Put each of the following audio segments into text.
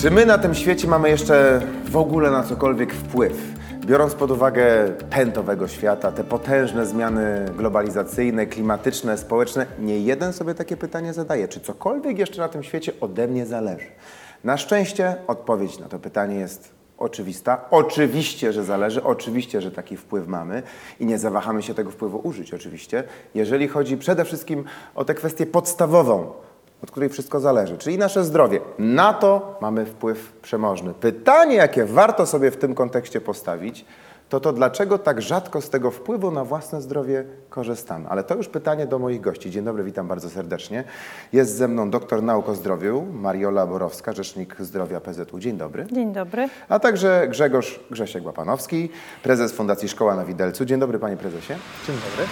Czy my na tym świecie mamy jeszcze w ogóle na cokolwiek wpływ? Biorąc pod uwagę pęd owego świata, te potężne zmiany globalizacyjne, klimatyczne, społeczne, nie jeden sobie takie pytanie zadaje. Czy cokolwiek jeszcze na tym świecie ode mnie zależy? Na szczęście odpowiedź na to pytanie jest oczywista. Oczywiście, że zależy, oczywiście, że taki wpływ mamy i nie zawahamy się tego wpływu użyć oczywiście, jeżeli chodzi przede wszystkim o tę kwestię podstawową, od której wszystko zależy, czyli nasze zdrowie. Na to mamy wpływ przemożny. Pytanie, jakie warto sobie w tym kontekście postawić, to dlaczego tak rzadko z tego wpływu na własne zdrowie korzystamy. Ale to już pytanie do moich gości. Dzień dobry, witam bardzo serdecznie. Jest ze mną doktor nauk o zdrowiu, Mariola Borowska, rzecznik zdrowia PZU. Dzień dobry. Dzień dobry. A także Grzesiek Łapanowski, prezes Fundacji Szkoła na Widelcu. Dzień dobry, panie prezesie. Dzień dobry.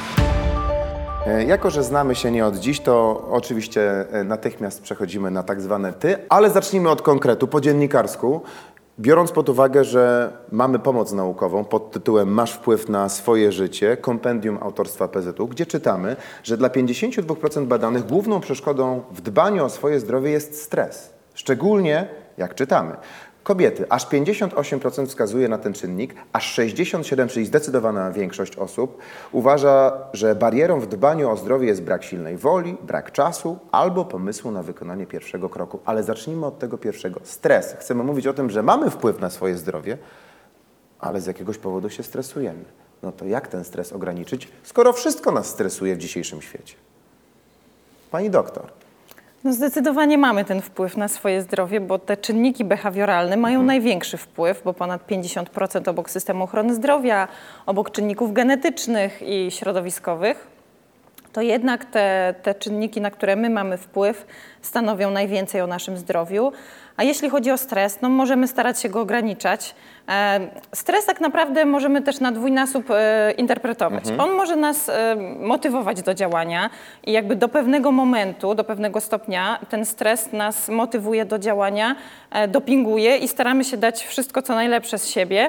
Jako że znamy się nie od dziś, to oczywiście natychmiast przechodzimy na tak zwane ty, ale zacznijmy od konkretu, po dziennikarsku. Biorąc pod uwagę, że mamy pomoc naukową pod tytułem Masz wpływ na swoje życie, kompendium autorstwa PZU, gdzie czytamy, że dla 52% badanych główną przeszkodą w dbaniu o swoje zdrowie jest stres. Szczególnie, jak czytamy, kobiety, aż 58% wskazuje na ten czynnik, aż 67%, czyli zdecydowana większość osób, uważa, że barierą w dbaniu o zdrowie jest brak silnej woli, brak czasu albo pomysłu na wykonanie pierwszego kroku. Ale zacznijmy od tego pierwszego. Stres. Chcemy mówić o tym, że mamy wpływ na swoje zdrowie, ale z jakiegoś powodu się stresujemy. No to jak ten stres ograniczyć, skoro wszystko nas stresuje w dzisiejszym świecie? Pani doktor. No zdecydowanie mamy ten wpływ na swoje zdrowie, bo te czynniki behawioralne mają największy wpływ, bo ponad 50% obok systemu ochrony zdrowia, obok czynników genetycznych i środowiskowych, to jednak te czynniki, na które my mamy wpływ, stanowią najwięcej o naszym zdrowiu. A jeśli chodzi o stres, no możemy starać się go ograniczać. Stres tak naprawdę możemy też na dwójnasób interpretować. On może nas motywować do działania i jakby do pewnego momentu, do pewnego stopnia ten stres nas motywuje do działania, dopinguje i staramy się dać wszystko, co najlepsze z siebie.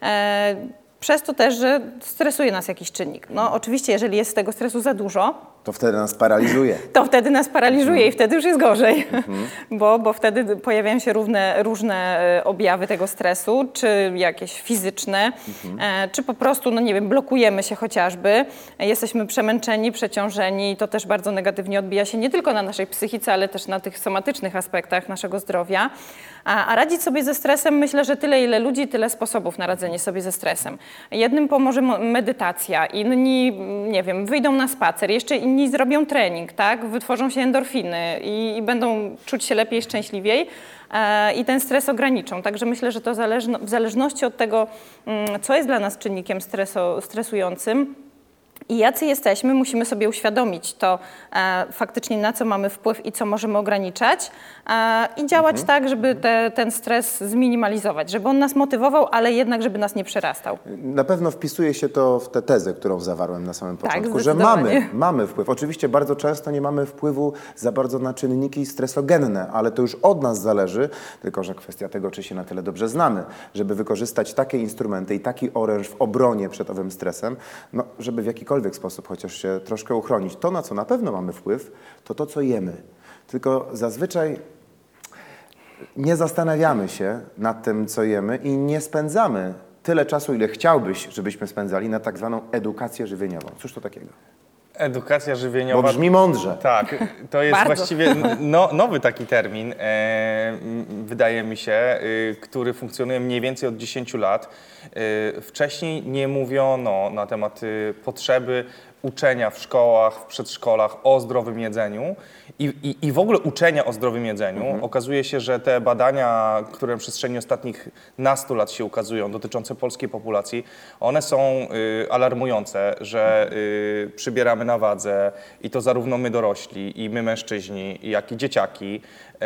Przez to też, że stresuje nas jakiś czynnik. No oczywiście, jeżeli jest tego stresu za dużo, to wtedy nas paraliżuje. To wtedy nas paraliżuje i wtedy już jest gorzej, bo wtedy pojawiają się różne objawy tego stresu, czy jakieś fizyczne, czy po prostu, no nie wiem, blokujemy się chociażby, jesteśmy przemęczeni, przeciążeni i to też bardzo negatywnie odbija się nie tylko na naszej psychice, ale też na tych somatycznych aspektach naszego zdrowia. A radzić sobie ze stresem, myślę, że tyle ile ludzi, tyle sposobów na radzenie sobie ze stresem. Jednym pomoże medytacja, inni, nie wiem, wyjdą na spacer, jeszcze inni zrobią trening, tak? Wytworzą się endorfiny i będą czuć się lepiej, szczęśliwiej i ten stres ograniczą. Także myślę, że to w zależności od tego, co jest dla nas czynnikiem stresującym, i jacy jesteśmy, musimy sobie uświadomić to faktycznie, na co mamy wpływ i co możemy ograniczać i działać tak, żeby ten stres zminimalizować, żeby on nas motywował, ale jednak, żeby nas nie przerastał. Na pewno wpisuje się to w tę tezę, którą zawarłem na samym początku, że mamy wpływ. Oczywiście bardzo często nie mamy wpływu za bardzo na czynniki stresogenne, ale to już od nas zależy, tylko że kwestia tego, czy się na tyle dobrze znamy, żeby wykorzystać takie instrumenty i taki oręż w obronie przed owym stresem, no, żeby w jakikolwiek sposób chociaż się troszkę uchronić. To, na co na pewno mamy wpływ, to co jemy. Tylko zazwyczaj nie zastanawiamy się nad tym, co jemy i nie spędzamy tyle czasu, ile chciałbyś, żebyśmy spędzali na tak zwaną edukację żywieniową. Cóż to takiego? Edukacja żywieniowa. Bo brzmi mądrze. Tak, to jest Bardzo. właściwie nowy taki termin, wydaje mi się, który funkcjonuje mniej więcej od 10 lat. Wcześniej nie mówiono na temat potrzeby uczenia w szkołach, w przedszkolach o zdrowym jedzeniu i w ogóle uczenia o zdrowym jedzeniu. Okazuje się, że te badania, które w przestrzeni ostatnich nastu lat się ukazują, dotyczące polskiej populacji, one są alarmujące, że przybieramy na wadze i to zarówno my dorośli, i my mężczyźni, jak i dzieciaki.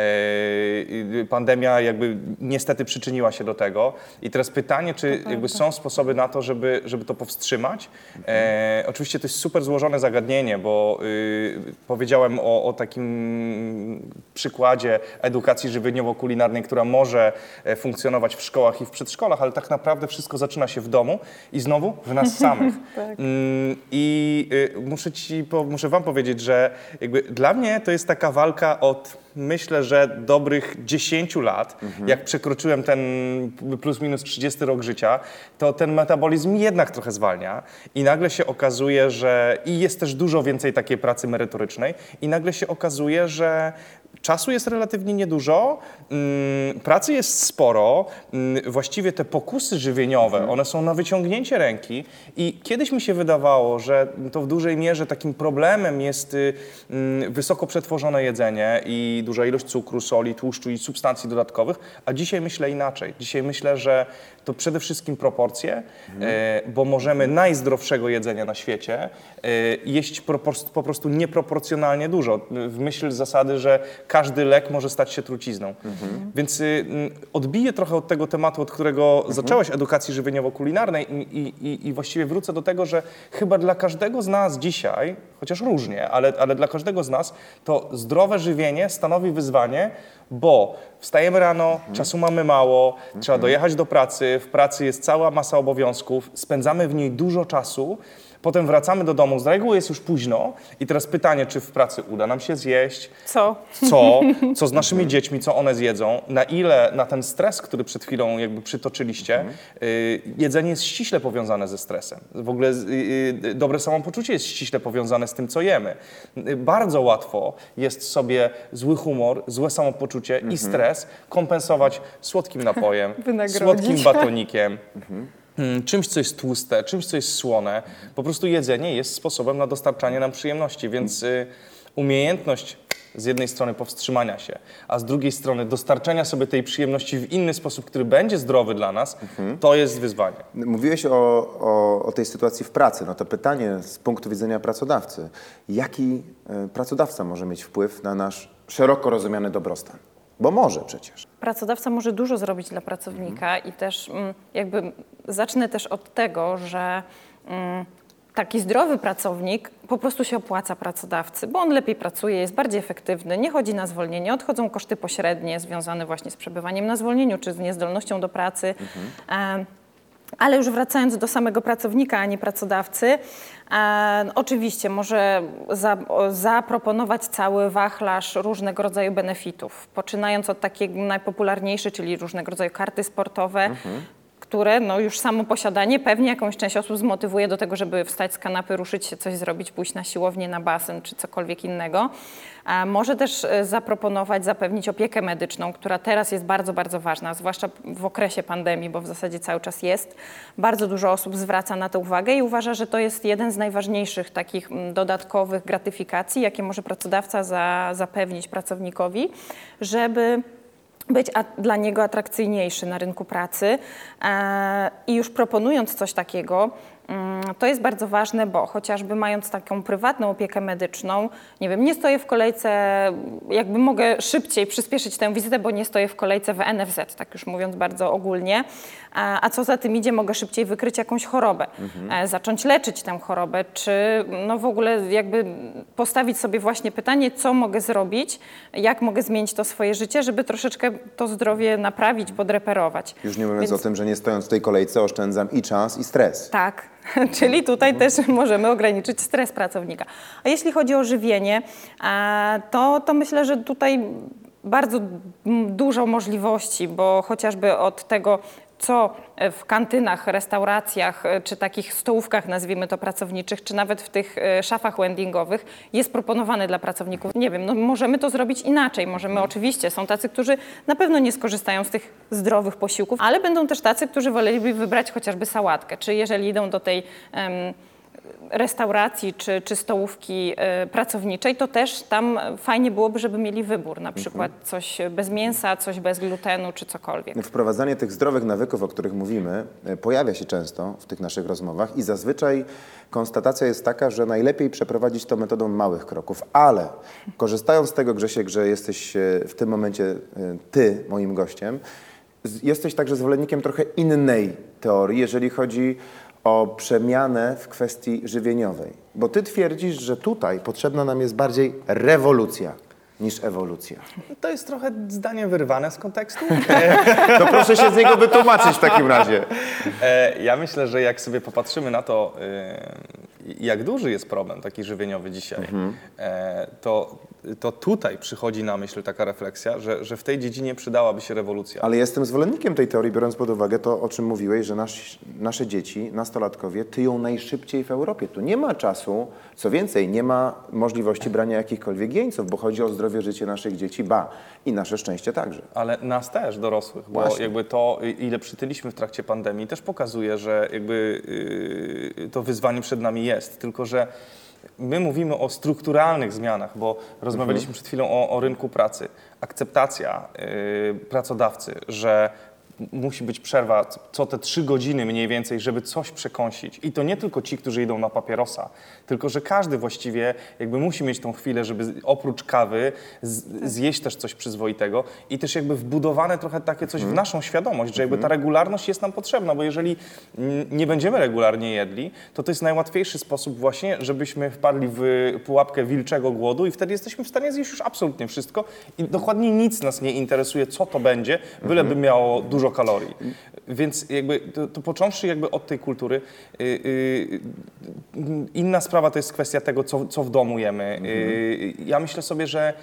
Pandemia jakby niestety przyczyniła się do tego. I teraz pytanie, czy jakby są sposoby na to, żeby to powstrzymać? Oczywiście to jest super złożone zagadnienie, bo powiedziałem o takim przykładzie edukacji żywieniowo-kulinarnej, która może funkcjonować w szkołach i w przedszkolach, ale tak naprawdę wszystko zaczyna się w domu i znowu w nas samych. Tak. I muszę wam powiedzieć, że jakby dla mnie to jest taka walka od myślę, że dobrych 10 lat, jak przekroczyłem ten plus minus 30 rok życia, to ten metabolizm jednak trochę zwalnia i nagle się okazuje, że i jest też dużo więcej takiej pracy merytorycznej i nagle się okazuje, że czasu jest relatywnie niedużo, pracy jest sporo, właściwie te pokusy żywieniowe, one są na wyciągnięcie ręki i kiedyś mi się wydawało, że to w dużej mierze takim problemem jest wysoko przetworzone jedzenie i duża ilość cukru, soli, tłuszczu i substancji dodatkowych, a dzisiaj myślę inaczej. Dzisiaj myślę, że to przede wszystkim proporcje, bo możemy najzdrowszego jedzenia na świecie jeść po prostu nieproporcjonalnie dużo, w myśl zasady, że każdy lek może stać się trucizną. Więc odbiję trochę od tego tematu, od którego zacząłeś, edukacji żywieniowo-kulinarnej i właściwie wrócę do tego, że chyba dla każdego z nas dzisiaj, chociaż różnie, ale dla każdego z nas to zdrowe żywienie stanowi wyzwanie, bo wstajemy rano, czasu mamy mało, trzeba dojechać do pracy, w pracy jest cała masa obowiązków, spędzamy w niej dużo czasu, potem wracamy do domu, z reguły jest już późno i teraz pytanie, czy w pracy uda nam się zjeść? Co z naszymi dziećmi, co one zjedzą? Na ile na ten stres, który przed chwilą jakby przytoczyliście, jedzenie jest ściśle powiązane ze stresem. W ogóle dobre samopoczucie jest ściśle powiązane z tym, co jemy. Bardzo łatwo jest sobie zły humor, złe samopoczucie i stres kompensować słodkim napojem, słodkim batonikiem. Czymś, co jest tłuste, czymś, co jest słone. Po prostu jedzenie jest sposobem na dostarczanie nam przyjemności, więc umiejętność z jednej strony powstrzymania się, a z drugiej strony dostarczenia sobie tej przyjemności w inny sposób, który będzie zdrowy dla nas, to jest wyzwanie. Mówiłeś o tej sytuacji w pracy. No to pytanie z punktu widzenia pracodawcy. Jaki pracodawca może mieć wpływ na nasz szeroko rozumiany dobrostan? Bo może przecież. Pracodawca może dużo zrobić dla pracownika i też jakby zacznę też od tego, że taki zdrowy pracownik po prostu się opłaca pracodawcy, bo on lepiej pracuje, jest bardziej efektywny, nie chodzi na zwolnienie, odchodzą koszty pośrednie związane właśnie z przebywaniem na zwolnieniu czy z niezdolnością do pracy. Ale już wracając do samego pracownika, a nie pracodawcy, oczywiście może zaproponować cały wachlarz różnego rodzaju benefitów, poczynając od takiego najpopularniejszych, czyli różnego rodzaju karty sportowe, które no już samo posiadanie pewnie jakąś część osób zmotywuje do tego, żeby wstać z kanapy, ruszyć się, coś zrobić, pójść na siłownię, na basen czy cokolwiek innego. Może też zaproponować, zapewnić opiekę medyczną, która teraz jest bardzo, bardzo ważna, zwłaszcza w okresie pandemii, bo w zasadzie cały czas jest. Bardzo dużo osób zwraca na to uwagę i uważa, że to jest jeden z najważniejszych takich dodatkowych gratyfikacji, jakie może pracodawca zapewnić pracownikowi, żeby być dla niego atrakcyjniejszy na rynku pracy i już proponując coś takiego, to jest bardzo ważne, bo chociażby mając taką prywatną opiekę medyczną, nie wiem, nie stoję w kolejce, jakby mogę szybciej przyspieszyć tę wizytę, bo nie stoję w kolejce w NFZ, tak już mówiąc bardzo ogólnie, a co za tym idzie, mogę szybciej wykryć jakąś chorobę, zacząć leczyć tę chorobę, czy no w ogóle jakby postawić sobie właśnie pytanie, co mogę zrobić, jak mogę zmienić to swoje życie, żeby troszeczkę to zdrowie naprawić, podreperować. Już nie mówiąc o tym, że nie stojąc w tej kolejce oszczędzam i czas, i stres. Tak, czyli tutaj też możemy ograniczyć stres pracownika. A jeśli chodzi o żywienie, to myślę, że tutaj bardzo dużo możliwości, bo chociażby od tego, co w kantynach, restauracjach, czy takich stołówkach, nazwijmy to pracowniczych, czy nawet w tych szafach wendingowych jest proponowane dla pracowników. Nie wiem, no możemy to zrobić inaczej. Możemy oczywiście, są tacy, którzy na pewno nie skorzystają z tych zdrowych posiłków, ale będą też tacy, którzy woleliby wybrać chociażby sałatkę. Czy jeżeli idą do tej restauracji czy stołówki pracowniczej, to też tam fajnie byłoby, żeby mieli wybór, na przykład coś bez mięsa, coś bez glutenu, czy cokolwiek. Wprowadzanie tych zdrowych nawyków, o których mówimy, pojawia się często w tych naszych rozmowach i zazwyczaj konstatacja jest taka, że najlepiej przeprowadzić to metodą małych kroków, ale korzystając z tego, Grzesiek, że jesteś w tym momencie ty moim gościem, jesteś także zwolennikiem trochę innej teorii, jeżeli chodzi o przemianę w kwestii żywieniowej. Bo ty twierdzisz, że tutaj potrzebna nam jest bardziej rewolucja niż ewolucja. To jest trochę zdanie wyrwane z kontekstu. To proszę się z niego wytłumaczyć w takim razie. Ja myślę, że jak sobie popatrzymy na to, jak duży jest problem taki żywieniowy dzisiaj, to to tutaj przychodzi na myśl taka refleksja, że w tej dziedzinie przydałaby się rewolucja. Ale jestem zwolennikiem tej teorii, biorąc pod uwagę to, o czym mówiłeś, że nasze dzieci, nastolatkowie tyją najszybciej w Europie. Tu nie ma czasu, co więcej, nie ma możliwości brania jakichkolwiek jeńców, bo chodzi o zdrowie, życie naszych dzieci, i nasze szczęście także. Ale nas też, dorosłych, bo Właśnie. jakby to, ile przytyliśmy w trakcie pandemii, też pokazuje, że jakby to wyzwanie przed nami jest, tylko że my mówimy o strukturalnych zmianach, bo rozmawialiśmy przed chwilą o rynku pracy. Akceptacja pracodawcy, że musi być przerwa co te 3 godziny mniej więcej, żeby coś przekąsić. I to nie tylko ci, którzy idą na papierosa, tylko że każdy właściwie jakby musi mieć tą chwilę, żeby oprócz kawy zjeść też coś przyzwoitego i też jakby wbudowane trochę takie coś w naszą świadomość, że jakby ta regularność jest nam potrzebna, bo jeżeli nie będziemy regularnie jedli, to jest najłatwiejszy sposób właśnie, żebyśmy wpadli w pułapkę wilczego głodu i wtedy jesteśmy w stanie zjeść już absolutnie wszystko i dokładnie nic nas nie interesuje, co to będzie, byleby miało dużo kalorii. Więc jakby to począwszy jakby od tej kultury, inna sprawa to jest kwestia tego, co w domu jemy. Ja myślę sobie, że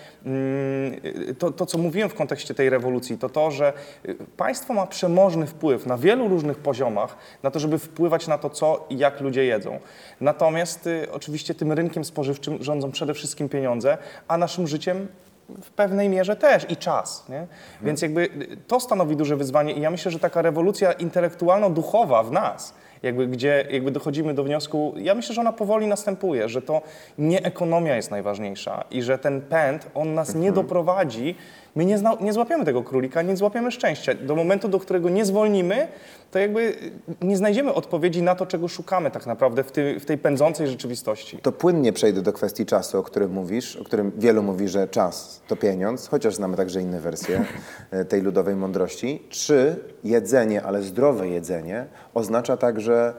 to, co mówiłem w kontekście tej rewolucji, to, że państwo ma przemożny wpływ na wielu różnych poziomach na to, żeby wpływać na to, co i jak ludzie jedzą. Natomiast oczywiście tym rynkiem spożywczym rządzą przede wszystkim pieniądze, a naszym życiem w pewnej mierze też i czas, nie? Więc jakby to stanowi duże wyzwanie i ja myślę, że taka rewolucja intelektualno-duchowa w nas, gdzie dochodzimy do wniosku, ja myślę, że ona powoli następuje, że to nie ekonomia jest najważniejsza i że ten pęd, on nas nie doprowadzi, my nie złapiemy tego królika, nie złapiemy szczęścia. Do momentu, do którego nie zwolnimy, to jakby nie znajdziemy odpowiedzi na to, czego szukamy tak naprawdę w tej pędzącej rzeczywistości. To płynnie przejdę do kwestii czasu, o którym mówisz, o którym wielu mówi, że czas to pieniądz, chociaż znamy także inne wersje tej ludowej mądrości. Czy jedzenie, ale zdrowe jedzenie oznacza także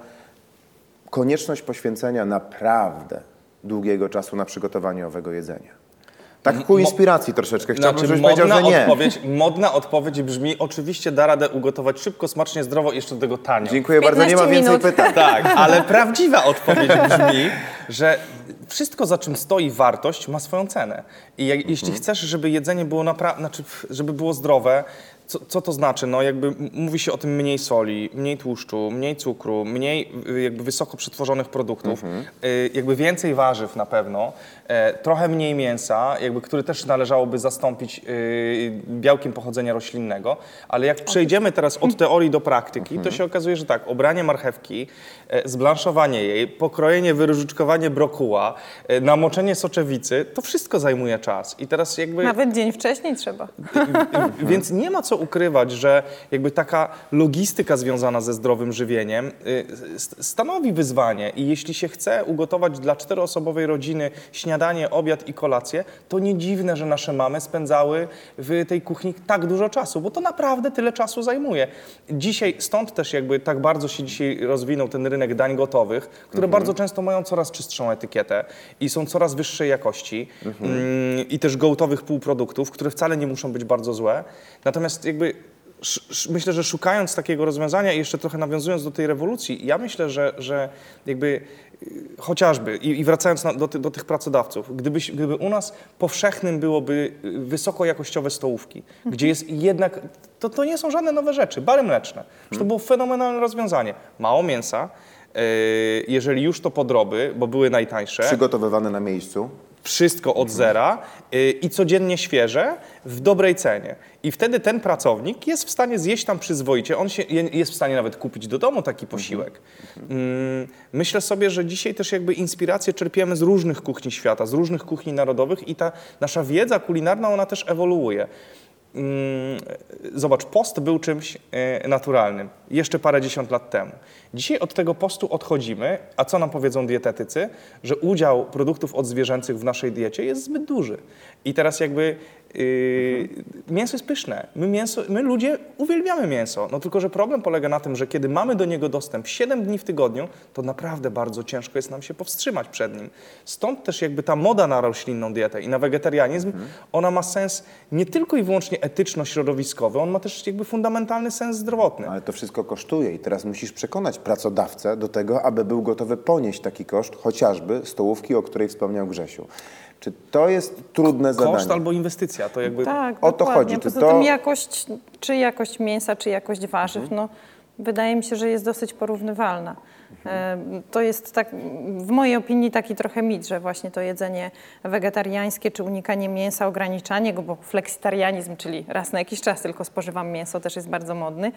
konieczność poświęcenia naprawdę długiego czasu na przygotowanie owego jedzenia? Tak ku inspiracji troszeczkę. Chciałbym, żebyś powiedział, że nie. Modna odpowiedź brzmi, oczywiście da radę ugotować szybko, smacznie, zdrowo i jeszcze do tego tanio. Dziękuję bardzo, nie ma 15 więcej minut. pytań. Tak, ale prawdziwa odpowiedź brzmi, że wszystko, za czym stoi wartość, ma swoją cenę. I jeśli chcesz, żeby jedzenie było żeby było zdrowe, co to znaczy? No jakby mówi się o tym mniej soli, mniej tłuszczu, mniej cukru, mniej jakby wysoko przetworzonych produktów, jakby więcej warzyw na pewno, trochę mniej mięsa, jakby, który też należałoby zastąpić białkiem pochodzenia roślinnego, ale jak przejdziemy teraz od teorii do praktyki, to się okazuje, że tak, obranie marchewki, zblanszowanie jej, pokrojenie, wyróżyczkowanie brokuła, namoczenie soczewicy, to wszystko zajmuje czas. I teraz jakby... Nawet dzień wcześniej trzeba. Więc nie ma co ukrywać, że jakby taka logistyka związana ze zdrowym żywieniem stanowi wyzwanie i jeśli się chce ugotować dla 4-osobowej rodziny śniadanie, obiad i kolację, to nie dziwne, że nasze mamy spędzały w tej kuchni tak dużo czasu, bo to naprawdę tyle czasu zajmuje. Dzisiaj, stąd też jakby tak bardzo się dzisiaj rozwinął ten rynek dań gotowych, które bardzo często mają coraz czystszą etykietę i są coraz wyższej jakości i też gotowych półproduktów, które wcale nie muszą być bardzo złe. Natomiast jakby myślę, że szukając takiego rozwiązania i jeszcze trochę nawiązując do tej rewolucji, ja myślę, że jakby chociażby i wracając do tych pracodawców, gdyby u nas powszechnym byłoby wysokojakościowe stołówki, gdzie jest jednak, to nie są żadne nowe rzeczy, bary mleczne. To było fenomenalne rozwiązanie. Mało mięsa, jeżeli już to podroby, bo były najtańsze. Przygotowywane na miejscu. Wszystko od zera i codziennie świeże w dobrej cenie. I wtedy ten pracownik jest w stanie zjeść tam przyzwoicie. On jest w stanie nawet kupić do domu taki posiłek. Myślę sobie, że dzisiaj też jakby inspiracje czerpiemy z różnych kuchni świata, z różnych kuchni narodowych i ta nasza wiedza kulinarna, ona też ewoluuje. Zobacz, post był czymś naturalnym jeszcze parędziesiąt lat temu. Dzisiaj od tego postu odchodzimy, a co nam powiedzą dietetycy? Że udział produktów odzwierzęcych w naszej diecie jest zbyt duży. I teraz jakby mięso jest pyszne. My ludzie uwielbiamy mięso. No tylko, że problem polega na tym, że kiedy mamy do niego dostęp 7 dni w tygodniu, to naprawdę bardzo ciężko jest nam się powstrzymać przed nim. Stąd też jakby ta moda na roślinną dietę i na wegetarianizm, ona ma sens nie tylko i wyłącznie etyczno-środowiskowy, on ma też jakby fundamentalny sens zdrowotny. Ale to wszystko kosztuje i teraz musisz przekonać pracodawcę do tego, aby był gotowy ponieść taki koszt, chociażby stołówki, o której wspomniał Grzesiu. Czy to jest trudne zadanie? Koszt albo inwestycja, to jakby... Tak, O to dokładnie. chodzi. Czy Poza to- tym jakość mięsa, czy jakość warzyw, no, wydaje mi się, że jest dosyć porównywalna. To jest tak, w mojej opinii taki trochę mit, że właśnie to jedzenie wegetariańskie czy unikanie mięsa, ograniczanie go, bo fleksitarianizm, czyli raz na jakiś czas tylko spożywam mięso, też jest bardzo modny.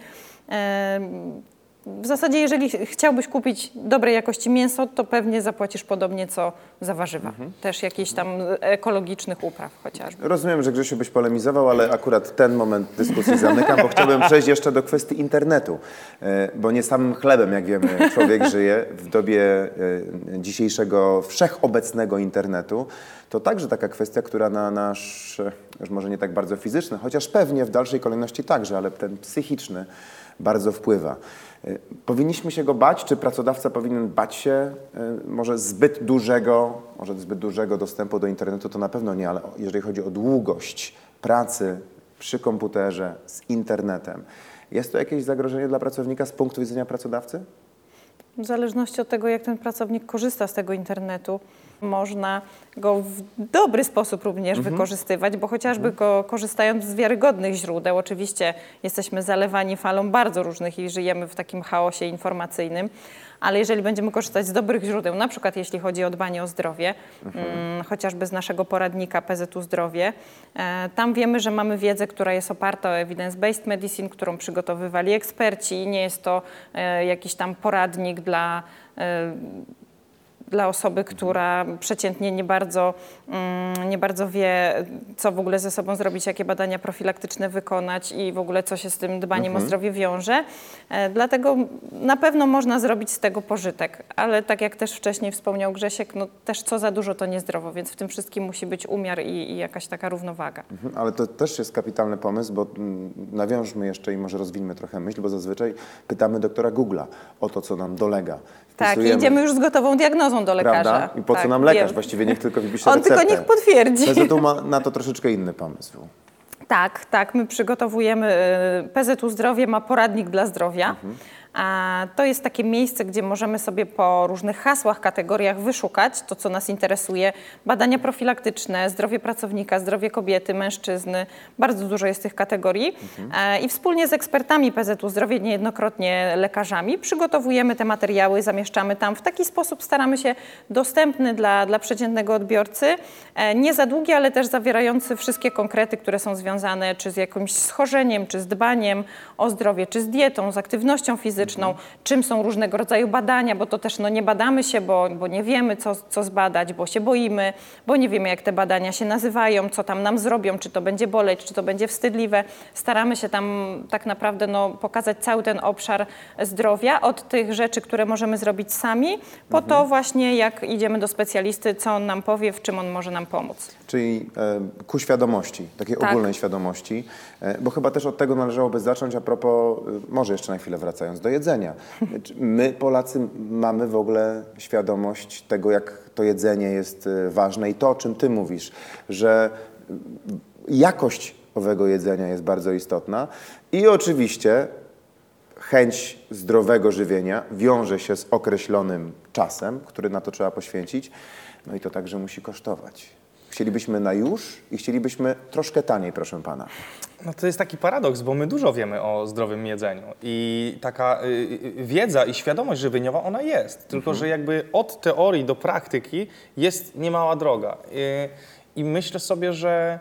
W zasadzie, jeżeli chciałbyś kupić dobrej jakości mięso, to pewnie zapłacisz podobnie co za warzywa. Też jakichś tam ekologicznych upraw chociażby. Rozumiem, że Grzesiu byś polemizował, ale akurat ten moment dyskusji zamykam, bo chciałbym przejść jeszcze do kwestii internetu. Bo nie samym chlebem, jak wiemy, człowiek żyje w dobie dzisiejszego wszechobecnego internetu. To także taka kwestia, która na nasz, już może nie tak bardzo fizyczny, chociaż pewnie w dalszej kolejności także, ale ten psychiczny bardzo wpływa. Powinniśmy się go bać, czy pracodawca powinien bać się może zbyt dużego dostępu do internetu, to na pewno nie, ale jeżeli chodzi o długość pracy przy komputerze z internetem, jest to jakieś zagrożenie dla pracownika z punktu widzenia pracodawcy? W zależności od tego, jak ten pracownik korzysta z tego internetu, można go w dobry sposób również wykorzystywać, bo chociażby korzystając z wiarygodnych źródeł, oczywiście jesteśmy zalewani falą bardzo różnych i żyjemy w takim chaosie informacyjnym, ale jeżeli będziemy korzystać z dobrych źródeł, na przykład jeśli chodzi o dbanie o zdrowie, chociażby z naszego poradnika PZU Zdrowie, tam wiemy, że mamy wiedzę, która jest oparta o evidence-based medicine, którą przygotowywali eksperci i nie jest to jakiś tam poradnik dla osoby, która przeciętnie nie bardzo wie, co w ogóle ze sobą zrobić, jakie badania profilaktyczne wykonać i w ogóle co się z tym dbaniem o zdrowie wiąże. Dlatego na pewno można zrobić z tego pożytek, ale tak jak też wcześniej wspomniał Grzesiek, no też co za dużo to niezdrowo, więc w tym wszystkim musi być umiar i jakaś taka równowaga. Ale to też jest kapitalny pomysł, bo nawiążmy jeszcze i może rozwiniemy trochę myśl, bo zazwyczaj pytamy doktora Google'a o to, co nam dolega. Tak, i idziemy już z gotową diagnozą do lekarza. Prawda? I po co tak, nam lekarz? wiem. Właściwie niech tylko wypisze On receptę. tylko niech potwierdzi. PZU ma na to troszeczkę inny pomysł. Tak, my przygotowujemy, PZU Zdrowie ma poradnik dla zdrowia. A to jest takie miejsce, gdzie możemy sobie po różnych hasłach, kategoriach wyszukać to, co nas interesuje. Badania profilaktyczne, zdrowie pracownika, zdrowie kobiety, mężczyzny. Bardzo dużo jest tych kategorii. I wspólnie z ekspertami PZU Zdrowie, niejednokrotnie lekarzami, przygotowujemy te materiały, zamieszczamy tam. W taki sposób staramy się dostępny dla przeciętnego odbiorcy. Nie za długi, ale też zawierający wszystkie konkrety, które są związane czy z jakimś schorzeniem, czy z dbaniem o zdrowie, czy z dietą, z aktywnością fizyczną. Czym są różnego rodzaju badania, bo to też nie badamy się, bo nie wiemy, co zbadać, bo się boimy, bo nie wiemy, jak te badania się nazywają, co tam nam zrobią, czy to będzie boleć, czy to będzie wstydliwe. Staramy się tam tak naprawdę pokazać cały ten obszar zdrowia, od tych rzeczy, które możemy zrobić sami, po to właśnie, jak idziemy do specjalisty, co on nam powie, w czym on może nam pomóc. Czyli ku świadomości, takiej ogólnej świadomości, bo chyba też od tego należałoby zacząć a propos, może jeszcze na chwilę wracając do jedzenia. My, Polacy, mamy w ogóle świadomość tego, jak to jedzenie jest ważne i to, o czym ty mówisz, że jakość owego jedzenia jest bardzo istotna i oczywiście chęć zdrowego żywienia wiąże się z określonym czasem, który na to trzeba poświęcić, no i to także musi kosztować. Chcielibyśmy na już i chcielibyśmy troszkę taniej, proszę pana. No to jest taki paradoks, bo my dużo wiemy o zdrowym jedzeniu i taka wiedza i świadomość żywieniowa, ona jest, tylko że jakby od teorii do praktyki jest niemała droga. I myślę sobie, że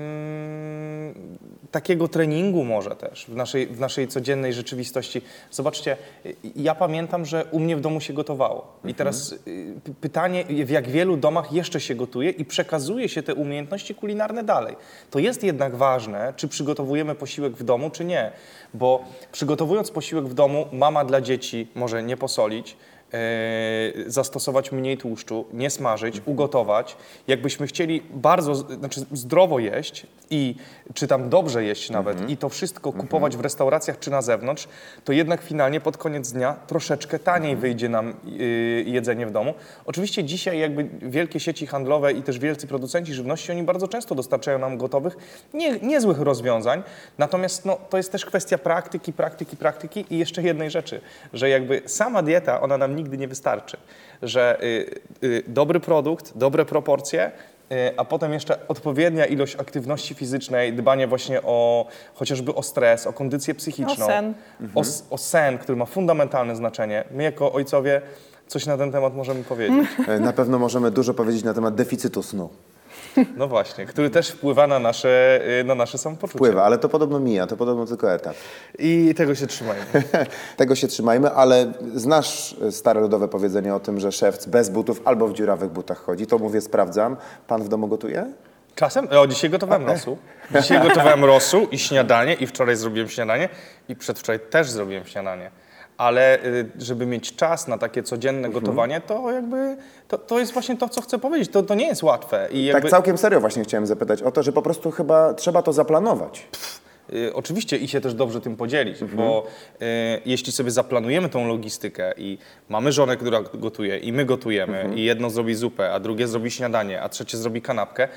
takiego treningu może też w naszej codziennej rzeczywistości. Zobaczcie, ja pamiętam, że u mnie w domu się gotowało. I teraz pytanie, w jak wielu domach jeszcze się gotuje i przekazuje się te umiejętności kulinarne dalej. To jest jednak ważne, czy przygotowujemy posiłek w domu, czy nie. Bo przygotowując posiłek w domu, mama dla dzieci może nie posolić, zastosować mniej tłuszczu, nie smażyć, ugotować. Jakbyśmy chcieli bardzo, zdrowo jeść i czy tam dobrze jeść nawet i to wszystko kupować w restauracjach czy na zewnątrz, to jednak finalnie pod koniec dnia troszeczkę taniej wyjdzie nam jedzenie w domu. Oczywiście dzisiaj jakby wielkie sieci handlowe i też wielcy producenci żywności, oni bardzo często dostarczają nam gotowych, niezłych rozwiązań, natomiast to jest też kwestia praktyki i jeszcze jednej rzeczy, że jakby sama dieta, ona nam nigdy nie wystarczy, że dobry produkt, dobre proporcje a potem jeszcze odpowiednia ilość aktywności fizycznej, dbanie właśnie chociażby o stres, o kondycję psychiczną, O sen. o sen, który ma fundamentalne znaczenie. My jako ojcowie coś na ten temat możemy powiedzieć. Na pewno możemy dużo powiedzieć na temat deficytu snu. No właśnie, który też wpływa na nasze samopoczucie. Wpływa, ale to podobno mija, to podobno tylko etap. I tego się trzymajmy. Tego się trzymajmy, ale znasz stare ludowe powiedzenie o tym, że szewc bez butów albo w dziurawych butach chodzi. To mówię, sprawdzam. Pan w domu gotuje? Czasem? Dzisiaj gotowałem rosół. Dzisiaj gotowałem rosół i śniadanie i wczoraj zrobiłem śniadanie i przedwczoraj też zrobiłem śniadanie. Ale żeby mieć czas na takie codzienne gotowanie, to jakby to jest właśnie to, co chcę powiedzieć. To nie jest łatwe. I jakby... Tak całkiem serio właśnie chciałem zapytać o to, że po prostu chyba trzeba to zaplanować. Oczywiście i się też dobrze tym podzielić, bo jeśli sobie zaplanujemy tą logistykę i mamy żonę, która gotuje i my gotujemy i jedno zrobi zupę, a drugie zrobi śniadanie, a trzecie zrobi kanapkę,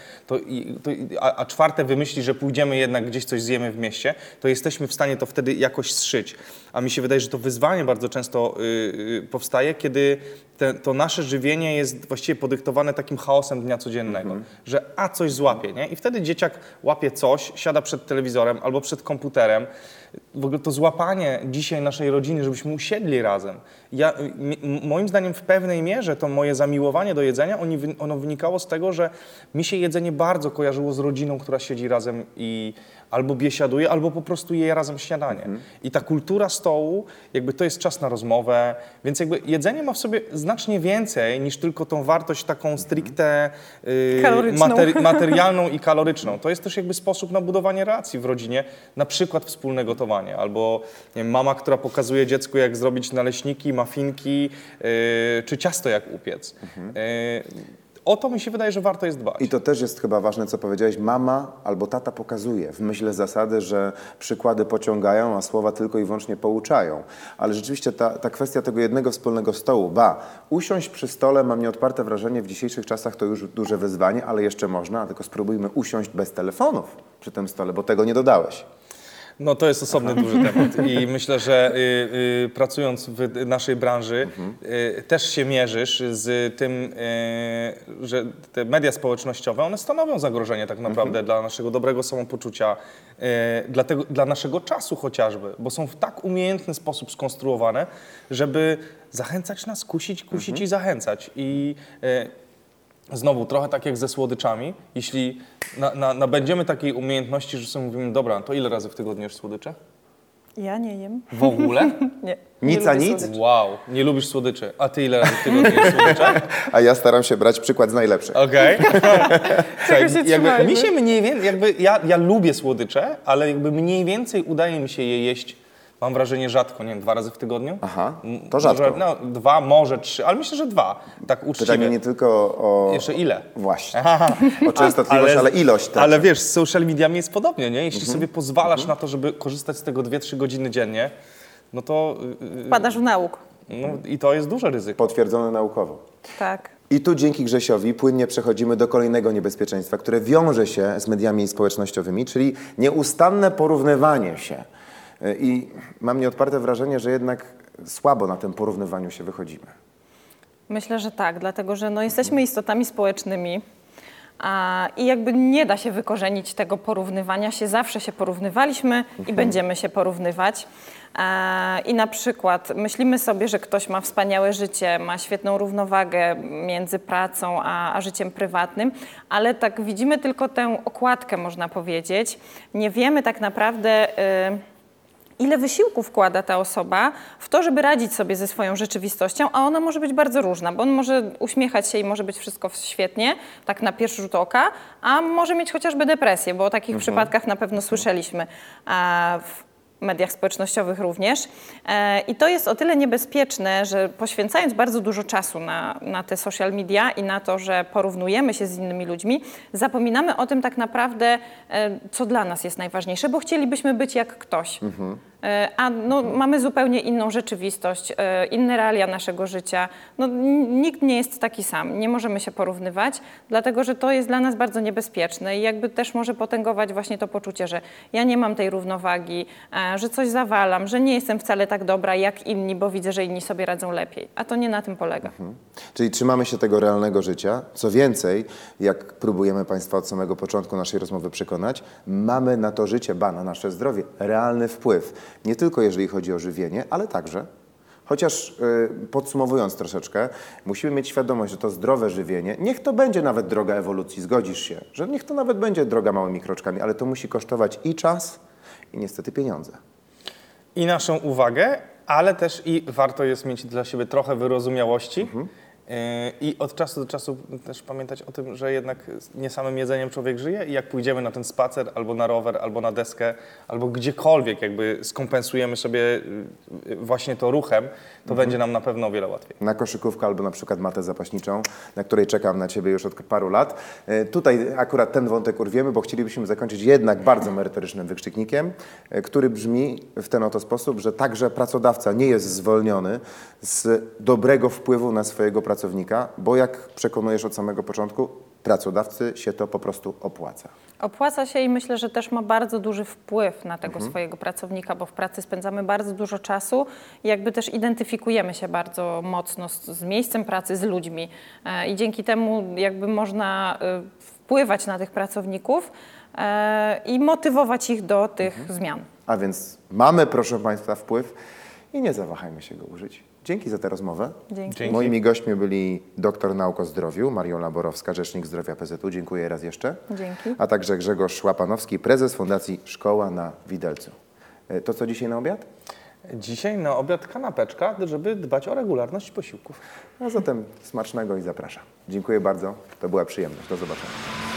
a czwarte wymyśli, że pójdziemy jednak gdzieś coś zjemy w mieście, to jesteśmy w stanie to wtedy jakoś zszyć. A mi się wydaje, że to wyzwanie bardzo często powstaje, kiedy to nasze żywienie jest właściwie podyktowane takim chaosem dnia codziennego, że coś złapie, nie? I wtedy dzieciak łapie coś, siada przed telewizorem albo przed komputerem. W ogóle to złapanie dzisiaj naszej rodziny, żebyśmy usiedli razem. Moim zdaniem w pewnej mierze to moje zamiłowanie do jedzenia, ono wynikało z tego, że mi się jedzenie bardzo kojarzyło z rodziną, która siedzi razem i albo biesiaduje, albo po prostu je razem śniadanie. I ta kultura stołu, jakby to jest czas na rozmowę, więc jakby jedzenie ma w sobie znacznie więcej niż tylko tą wartość taką stricte materialną i kaloryczną. To jest też jakby sposób na budowanie relacji w rodzinie, na przykład wspólne gotowanie, albo nie wiem, mama, która pokazuje dziecku, jak zrobić naleśniki, muffinki, czy ciasto jak upiec. O to mi się wydaje, że warto jest dbać. I to też jest chyba ważne, co powiedziałeś. Mama albo tata pokazuje w myśl zasady, że przykłady pociągają, a słowa tylko i wyłącznie pouczają. Ale rzeczywiście ta kwestia tego jednego wspólnego stołu, usiąść przy stole, mam nieodparte wrażenie, w dzisiejszych czasach to już duże wyzwanie, ale jeszcze można, tylko spróbujmy usiąść bez telefonów przy tym stole, bo tego nie dodałeś. No to jest osobny duży temat i myślę, że pracując w naszej branży też się mierzysz z tym, że te media społecznościowe, one stanowią zagrożenie tak naprawdę dla naszego dobrego samopoczucia, dla naszego czasu chociażby, bo są w tak umiejętny sposób skonstruowane, żeby zachęcać nas, kusić i zachęcać. I znowu, trochę tak jak ze słodyczami, jeśli nabędziemy takiej umiejętności, że sobie mówimy, dobra, to ile razy w tygodniu jesz słodycze? Ja nie jem. W ogóle? Nie. Nic nie a lubię nic? słodyczy. Wow, nie lubisz słodyczy. A ty ile razy w tygodniu jesz słodycze? A ja staram się brać przykład z najlepszych. Okej. Czego się trzymajmy? Mi się mniej więcej, ja lubię słodycze, ale jakby mniej więcej udaje mi się je jeść, mam wrażenie, rzadko, nie wiem, 2 razy w tygodniu. Aha, to rzadko. Może, 2, może 3, ale myślę, że 2, tak uczciwie. Pytanie nie tylko o... Jeszcze ile? Właśnie. O częstotliwość, ale ilość. Tak. Ale wiesz, z social mediami jest podobnie, nie? Jeśli sobie pozwalasz na to, żeby korzystać z tego 2-3 godziny dziennie, no to... Wpadasz w nauk. No, i to jest duże ryzyko. Potwierdzone naukowo. Tak. I tu dzięki Grzesiowi płynnie przechodzimy do kolejnego niebezpieczeństwa, które wiąże się z mediami społecznościowymi, czyli nieustanne porównywanie się. I mam nieodparte wrażenie, że jednak słabo na tym porównywaniu się wychodzimy. Myślę, że tak, dlatego że jesteśmy istotami społecznymi i jakby nie da się wykorzenić tego porównywania się. Zawsze się porównywaliśmy i będziemy się porównywać. I na przykład myślimy sobie, że ktoś ma wspaniałe życie, ma świetną równowagę między pracą a życiem prywatnym, ale tak widzimy tylko tę okładkę, można powiedzieć. Nie wiemy tak naprawdę, ile wysiłku wkłada ta osoba w to, żeby radzić sobie ze swoją rzeczywistością, a ona może być bardzo różna, bo on może uśmiechać się i może być wszystko świetnie, tak na pierwszy rzut oka, a może mieć chociażby depresję, bo o takich przypadkach na pewno słyszeliśmy w mediach społecznościowych również. I to jest o tyle niebezpieczne, że poświęcając bardzo dużo czasu na te social media i na to, że porównujemy się z innymi ludźmi, zapominamy o tym tak naprawdę, co dla nas jest najważniejsze, bo chcielibyśmy być jak ktoś. a no, mamy zupełnie inną rzeczywistość, inne realia naszego życia. No, nikt nie jest taki sam, nie możemy się porównywać, dlatego że to jest dla nas bardzo niebezpieczne i jakby też może potęgować właśnie to poczucie, że ja nie mam tej równowagi, że coś zawalam, że nie jestem wcale tak dobra jak inni, bo widzę, że inni sobie radzą lepiej. A to nie na tym polega. Czyli trzymamy się tego realnego życia. Co więcej, jak próbujemy Państwa od samego początku naszej rozmowy przekonać, mamy na to życie, na nasze zdrowie realny wpływ. Nie tylko jeżeli chodzi o żywienie, ale także, chociaż podsumowując troszeczkę, musimy mieć świadomość, że to zdrowe żywienie, niech to będzie nawet droga ewolucji, zgodzisz się, że niech to nawet będzie droga małymi kroczkami, ale to musi kosztować i czas, i niestety pieniądze. I naszą uwagę, ale też i warto jest mieć dla siebie trochę wyrozumiałości i od czasu do czasu też pamiętać o tym, że jednak nie samym jedzeniem człowiek żyje i jak pójdziemy na ten spacer, albo na rower, albo na deskę, albo gdziekolwiek jakby skompensujemy sobie właśnie to ruchem, to będzie nam na pewno o wiele łatwiej. Na koszykówkę albo na przykład matę zapaśniczą, na której czekam na Ciebie już od paru lat. Tutaj akurat ten wątek urwiemy, bo chcielibyśmy zakończyć jednak bardzo merytorycznym wykrzyknikiem, który brzmi w ten oto sposób, że także pracodawca nie jest zwolniony z dobrego wpływu na swojego pracownika, bo jak przekonujesz od samego początku, pracodawcy się to po prostu opłaca. Opłaca się i myślę, że też ma bardzo duży wpływ na tego swojego pracownika, bo w pracy spędzamy bardzo dużo czasu i jakby też identyfikujemy się bardzo mocno z miejscem pracy, z ludźmi i dzięki temu jakby można wpływać na tych pracowników i motywować ich do tych zmian. A więc mamy, proszę Państwa, wpływ i nie zawahajmy się go użyć. Dzięki za tę rozmowę. Dzięki. Moimi gośćmi byli doktor nauk o zdrowiu, Mariola Borowska, rzecznik zdrowia PZU. Dziękuję raz jeszcze. Dzięki. A także Grzegorz Łapanowski, prezes Fundacji Szkoła na Widelcu. To co dzisiaj na obiad? Dzisiaj na obiad kanapeczka, żeby dbać o regularność posiłków. A zatem smacznego i zapraszam. Dziękuję bardzo. To była przyjemność. Do zobaczenia.